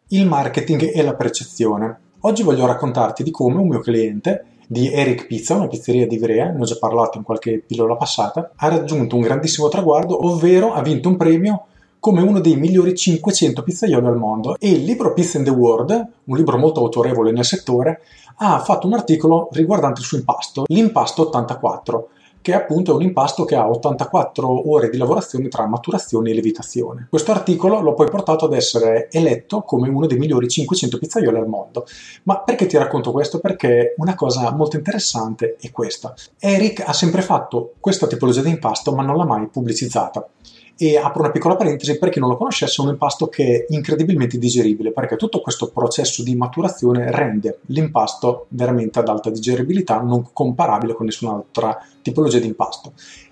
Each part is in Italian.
Il marketing e la percezione. Oggi voglio raccontarti di come un mio cliente di Eric Pizza, una pizzeria di Ivrea, ne ho già parlato in qualche pillola passata, ha raggiunto un grandissimo traguardo, ovvero ha vinto un premio come uno dei migliori 500 pizzaioli al mondo. E il libro Pizza in the World, un libro molto autorevole nel settore, ha fatto un articolo riguardante il suo impasto, l'impasto 84, che appunto è un impasto che ha 84 ore di lavorazione tra maturazione e lievitazione. Questo articolo l'ho poi portato ad essere eletto come uno dei migliori 500 pizzaioli al mondo. Ma perché ti racconto questo? Perché una cosa molto interessante è questa. Eric ha sempre fatto questa tipologia di impasto, ma non l'ha mai pubblicizzata. E apro una piccola parentesi, per chi non lo conoscesse, è un impasto che è incredibilmente digeribile, perché tutto questo processo di maturazione rende l'impasto veramente ad alta digeribilità, non comparabile con nessun'altra tipologia di impasto.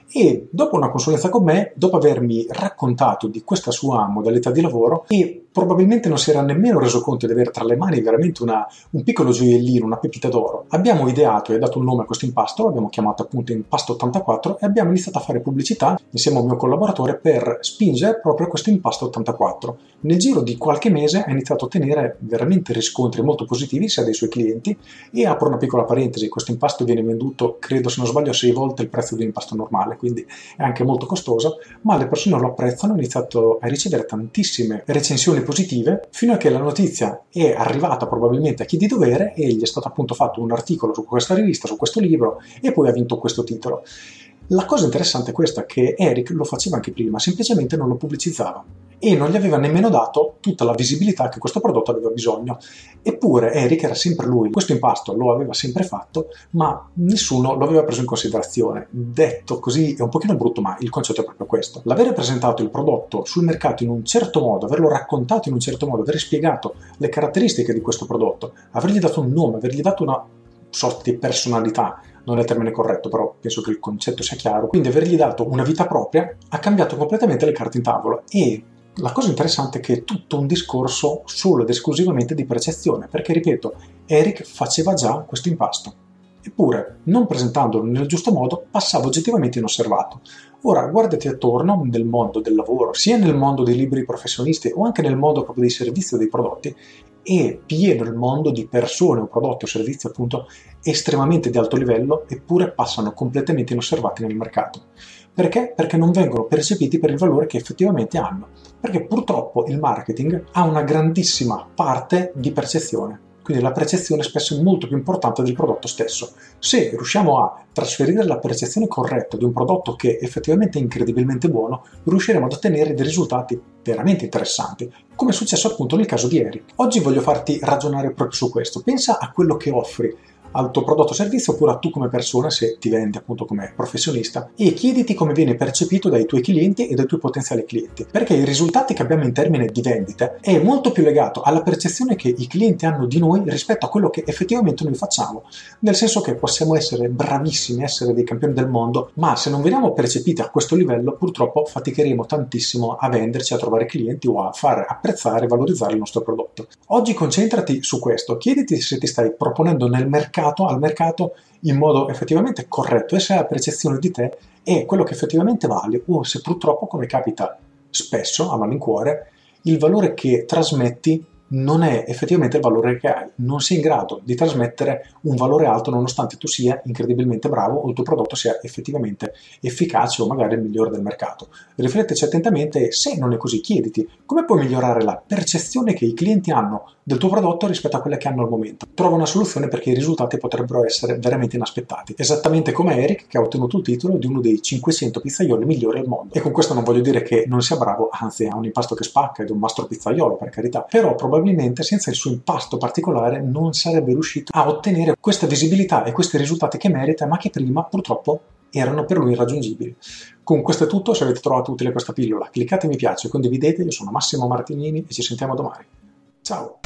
E dopo una consulenza con me, dopo avermi raccontato di questa sua modalità di lavoro, e probabilmente non si era nemmeno reso conto di avere tra le mani veramente un piccolo gioiellino, una pepita d'oro, abbiamo ideato e dato un nome a questo impasto, l'abbiamo chiamato appunto Impasto 84 e abbiamo iniziato a fare pubblicità insieme a un mio collaboratore per spingere proprio questo Impasto 84. Nel giro di qualche mese ha iniziato a ottenere veramente riscontri molto positivi sia dai suoi clienti, e apro una piccola parentesi, questo impasto viene venduto, credo se non sbaglio, a 6 volte il prezzo di un impasto normale, quindi è anche molto costoso, ma le persone lo apprezzano, hanno iniziato a ricevere tantissime recensioni positive, fino a che la notizia è arrivata probabilmente a chi di dovere e gli è stato appunto fatto un articolo su questa rivista, su questo libro, e poi ha vinto questo titolo. La cosa interessante è questa, che Eric lo faceva anche prima, semplicemente non lo pubblicizzava e non gli aveva nemmeno dato tutta la visibilità che questo prodotto aveva bisogno. Eppure Eric era sempre lui, questo impasto lo aveva sempre fatto, ma nessuno lo aveva preso in considerazione. Detto così è un pochino brutto, ma il concetto è proprio questo. L'avere presentato il prodotto sul mercato in un certo modo, averlo raccontato in un certo modo, aver spiegato le caratteristiche di questo prodotto, avergli dato un nome, avergli dato una sorta di personalità, non è il termine corretto, però penso che il concetto sia chiaro, quindi avergli dato una vita propria ha cambiato completamente le carte in tavola. E la cosa interessante è che è tutto un discorso solo ed esclusivamente di percezione, perché ripeto, Eric faceva già questo impasto, eppure non presentandolo nel giusto modo passava oggettivamente inosservato. Ora guardati attorno nel mondo del lavoro, sia nel mondo dei liberi professionisti o anche nel mondo proprio dei servizi o dei prodotti, è pieno il mondo di persone o prodotti o servizi appunto estremamente di alto livello, eppure passano completamente inosservati nel mercato. Perché? Perché non vengono percepiti per il valore che effettivamente hanno. Perché purtroppo il marketing ha una grandissima parte di percezione. Quindi la percezione spesso è molto più importante del prodotto stesso. Se riusciamo a trasferire la percezione corretta di un prodotto che effettivamente è incredibilmente buono, riusciremo ad ottenere dei risultati veramente interessanti, come è successo appunto nel caso di Eric. Oggi voglio farti ragionare proprio su questo. Pensa a quello che offri al tuo prodotto o servizio, oppure a tu come persona, se ti vendi appunto come professionista, e chiediti come viene percepito dai tuoi clienti e dai tuoi potenziali clienti, perché i risultati che abbiamo in termini di vendite è molto più legato alla percezione che i clienti hanno di noi rispetto a quello che effettivamente noi facciamo, nel senso che possiamo essere bravissimi, essere dei campioni del mondo, ma se non veniamo percepiti a questo livello purtroppo faticheremo tantissimo a venderci, a trovare clienti o a far apprezzare e valorizzare il nostro prodotto. Oggi concentrati su questo, chiediti se ti stai proponendo al mercato in modo effettivamente corretto e se la percezione di te è quello che effettivamente vale, o se purtroppo, come capita spesso a malincuore, il valore che trasmetti non è effettivamente il valore che hai, non sei in grado di trasmettere un valore alto nonostante tu sia incredibilmente bravo o il tuo prodotto sia effettivamente efficace o magari il migliore del mercato. Rifletteci attentamente e se non è così chiediti come puoi migliorare la percezione che i clienti hanno del tuo prodotto rispetto a quella che hanno al momento. Trova una soluzione, perché i risultati potrebbero essere veramente inaspettati, esattamente come Eric, che ha ottenuto il titolo di uno dei 500 pizzaioli migliori al mondo. E con questo non voglio dire che non sia bravo, anzi ha un impasto che spacca ed è un mastro pizzaiolo, per carità, però probabilmente senza il suo impasto particolare non sarebbe riuscito a ottenere questa visibilità e questi risultati che merita, ma che prima purtroppo erano per lui irraggiungibili. Con questo è tutto. Se avete trovato utile questa pillola, cliccate mi piace, condividete. Io sono Massimo Martinini e ci sentiamo domani. Ciao!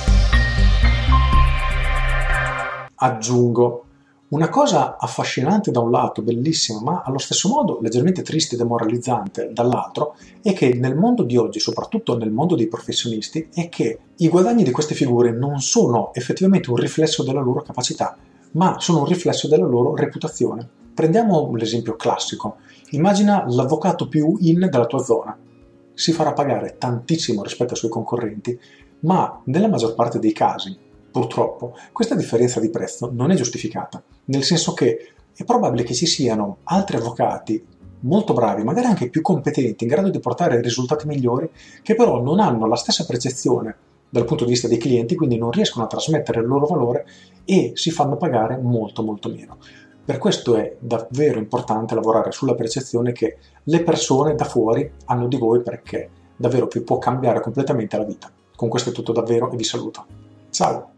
Aggiungo una cosa affascinante da un lato, bellissima, ma allo stesso modo leggermente triste e demoralizzante dall'altro, è che nel mondo di oggi, soprattutto nel mondo dei professionisti, è che i guadagni di queste figure non sono effettivamente un riflesso della loro capacità, ma sono un riflesso della loro reputazione. Prendiamo l'esempio classico. Immagina l'avvocato più in della tua zona. Si farà pagare tantissimo rispetto ai suoi concorrenti, Ma nella maggior parte dei casi, purtroppo, questa differenza di prezzo non è giustificata, nel senso che è probabile che ci siano altri avvocati molto bravi, magari anche più competenti, in grado di portare risultati migliori, che però non hanno la stessa percezione dal punto di vista dei clienti, quindi non riescono a trasmettere il loro valore e si fanno pagare molto molto meno. Per questo è davvero importante lavorare sulla percezione che le persone da fuori hanno di voi, perché davvero vi può cambiare completamente la vita. Con questo è tutto davvero e vi saluto. Ciao!